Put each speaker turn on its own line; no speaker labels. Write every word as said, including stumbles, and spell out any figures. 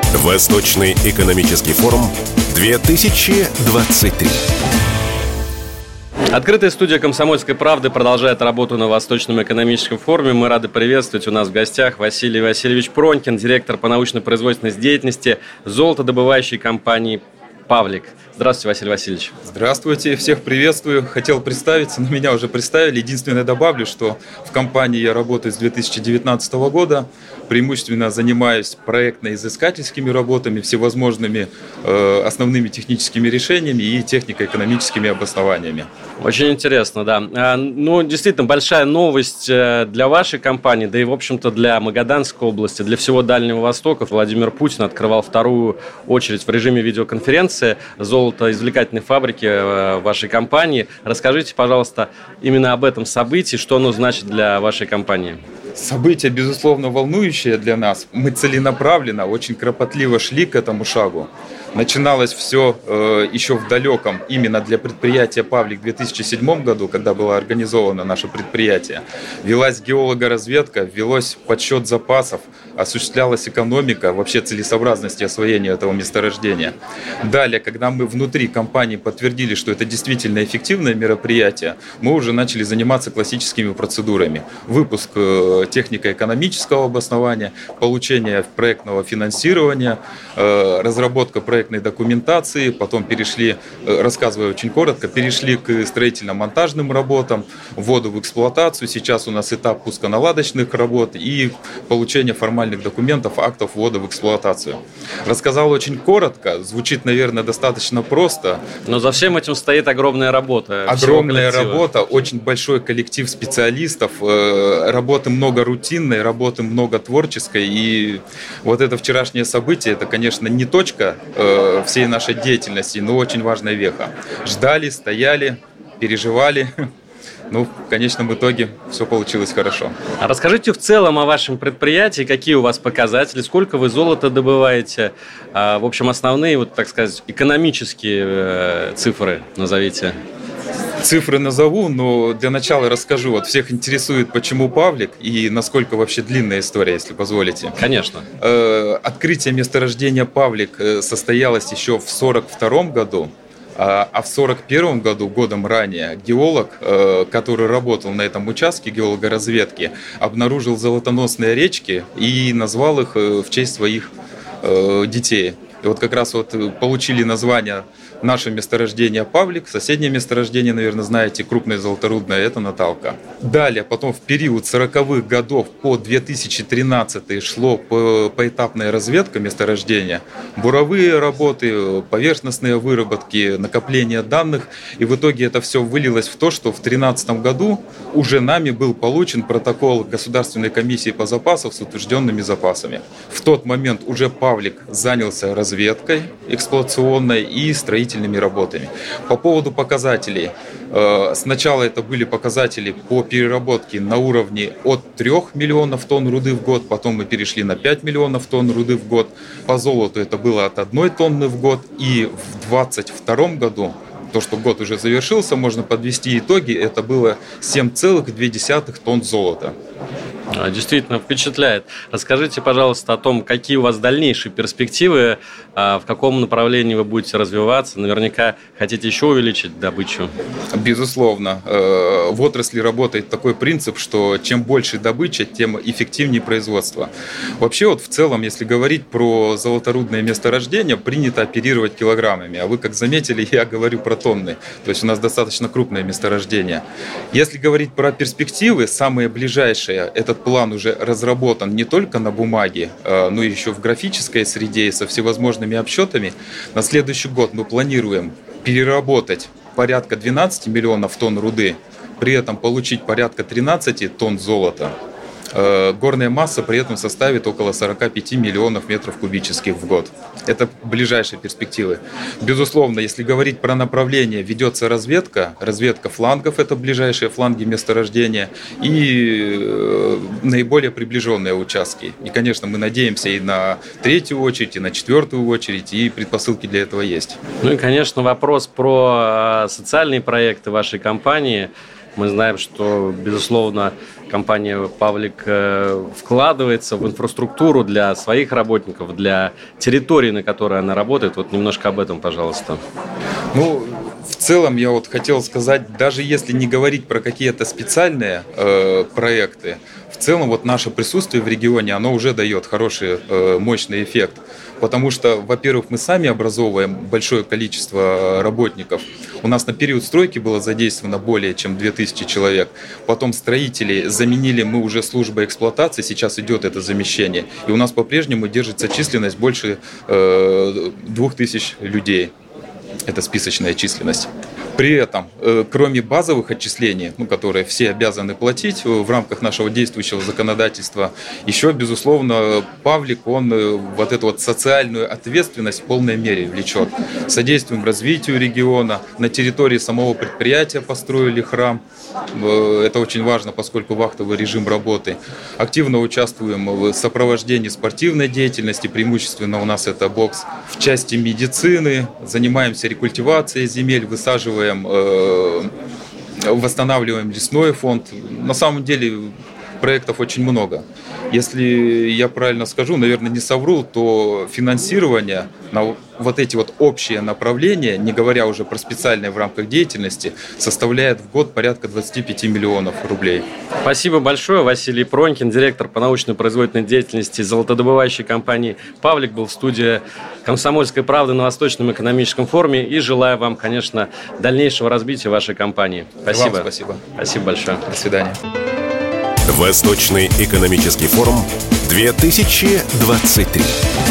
Восточный экономический форум две тысячи двадцать три.
Открытая студия «Комсомольской правды» продолжает работу на Восточном экономическом форуме. Мы рады приветствовать у нас в гостях Василий Васильевич Пронькин, директор по научно-производственной деятельности золотодобывающей компании «Павлик». Здравствуйте, Василий Васильевич.
Здравствуйте, всех приветствую. Хотел представиться, но меня уже представили. Единственное, добавлю, что в компании я работаю с две тысячи девятнадцатого года. Преимущественно занимаюсь проектно-изыскательскими работами, всевозможными э, основными техническими решениями и технико-экономическими обоснованиями.
Очень интересно, да. А, ну, действительно, большая новость для вашей компании, да и, в общем-то, для Магаданской области, для всего Дальнего Востока. Владимир Путин открывал вторую очередь в режиме видеоконференции золотоизвлекательной фабрики вашей компании. Расскажите, пожалуйста, именно об этом событии, что оно значит для вашей компании.
Событие, безусловно, волнующее для нас. Мы целенаправленно, очень кропотливо шли к этому шагу. Начиналось все э, еще в далеком, именно для предприятия «Павлик» в две тысячи седьмом году, когда было организовано наше предприятие. Велась геологоразведка, велось подсчет запасов, осуществлялась экономика, вообще целесообразности освоения этого месторождения. Далее, когда мы внутри компании подтвердили, что это действительно эффективное мероприятие, мы уже начали заниматься классическими процедурами. Выпуск э, технико-экономического обоснования, получение проектного финансирования, э, разработка проектной документации, потом перешли, рассказывая очень коротко, перешли к строительно-монтажным работам, вводу в эксплуатацию. Сейчас у нас этап пусконаладочных работ и получение формальных документов, актов ввода в эксплуатацию. Рассказал очень коротко, звучит, наверное, достаточно просто.
Но за всем этим стоит огромная работа.
Огромная работа, очень большой коллектив специалистов, работы много рутинной, работы много творческой. И вот это вчерашнее событие, это, конечно, не точка всей нашей деятельности, но очень важная веха. Ждали, стояли, переживали. Ну, в конечном итоге все получилось хорошо.
А расскажите в целом о вашем предприятии, какие у вас показатели, сколько вы золота добываете, в общем, основные, вот, так сказать, экономические цифры назовите.
Цифры назову, но для начала расскажу. Вот всех интересует, почему Павлик и насколько вообще длинная история, если позволите.
Конечно.
Открытие месторождения Павлик состоялось еще в сорок втором году. А в сорок первом году, годом ранее, геолог, который работал на этом участке геологоразведки, обнаружил золотоносные речки и назвал их в честь своих детей. И вот как раз вот получили название наше месторождение Павлик, соседнее месторождение, наверное, знаете, крупное золоторудное, это Наталка. Далее, потом в период сороковых годов по две тысячи тринадцатый шло поэтапная разведка месторождения, буровые работы, поверхностные выработки, накопление данных. И в итоге это все вылилось в то, что в две тысячи тринадцатом году уже нами был получен протокол Государственной комиссии по запасам с утвержденными запасами. В тот момент уже Павлик занялся разведкой эксплуатационной и строительной работами. По поводу показателей. Сначала это были показатели по переработке на уровне от трёх миллионов тонн руды в год, потом мы перешли на пять миллионов тонн руды в год. По золоту это было от одной тонны в год. И в двадцать втором году, то, что год уже завершился, можно подвести итоги, это было семь целых две десятых тонн золота.
Действительно впечатляет. Расскажите, пожалуйста, о том, какие у вас дальнейшие перспективы, в каком направлении вы будете развиваться. Наверняка хотите еще увеличить добычу.
Безусловно. В отрасли работает такой принцип, что чем больше добыча, тем эффективнее производство. Вообще, вот в целом, если говорить про золоторудное месторождение, принято оперировать килограммами. А вы, как заметили, я говорю про тонны. То есть у нас достаточно крупное месторождение. Если говорить про перспективы, самые ближайшие, этот план уже разработан не только на бумаге, но и еще в графической среде и со всевозможными обсчетами. На следующий год мы планируем переработать порядка двенадцать миллионов тонн руды, при этом получить порядка тринадцать тонн золота. Горная масса при этом составит около сорок пять миллионов метров кубических в год. Это ближайшие перспективы. Безусловно, если говорить про направление, ведется разведка. Разведка флангов – это ближайшие фланги месторождения и наиболее приближенные участки. И, конечно, мы надеемся и на третью очередь, и на четвертую очередь, и предпосылки для этого есть.
Ну и, конечно, вопрос про социальные проекты вашей компании. Мы знаем, что, безусловно, компания «Павлик» вкладывается в инфраструктуру для своих работников, для территории, на которой она работает. Вот немножко об этом, пожалуйста.
Ну, в целом я вот хотел сказать, даже если не говорить про какие-то специальные э, проекты, в целом вот наше присутствие в регионе, оно уже дает хороший, э, мощный эффект. Потому что, во-первых, мы сами образовываем большое количество работников. У нас на период стройки было задействовано более чем две тысячи человек. Потом строители заменили мы уже службой эксплуатации, сейчас идет это замещение. И у нас по-прежнему держится численность больше э, двух тысяч людей. Это списочная численность. При этом, кроме базовых отчислений, ну, которые все обязаны платить в рамках нашего действующего законодательства, еще, безусловно, Павлик, он вот эту вот социальную ответственность в полной мере влечет. Содействуем развитию региона. На территории самого предприятия построили храм. Это очень важно, поскольку вахтовый режим работы. Активно участвуем в сопровождении спортивной деятельности, преимущественно у нас это бокс. В части медицины занимаемся рекультивацией земель, высаживаем, восстанавливаем лесной фонд. На самом деле проектов очень много. Если я правильно скажу, наверное, не совру, то финансирование на вот эти вот общие направления, не говоря уже про специальные в рамках деятельности, составляет в год порядка двадцать пять миллионов рублей.
Спасибо большое. Василий Пронькин, директор по научно-производственной деятельности золотодобывающей компании «Павлик», был в студии «Комсомольской правды» на Восточном экономическом форуме. И желаю вам, конечно, дальнейшего развития вашей компании. Спасибо.
Вам спасибо.
Спасибо большое.
До свидания.
Восточный экономический форум две тысячи двадцать три.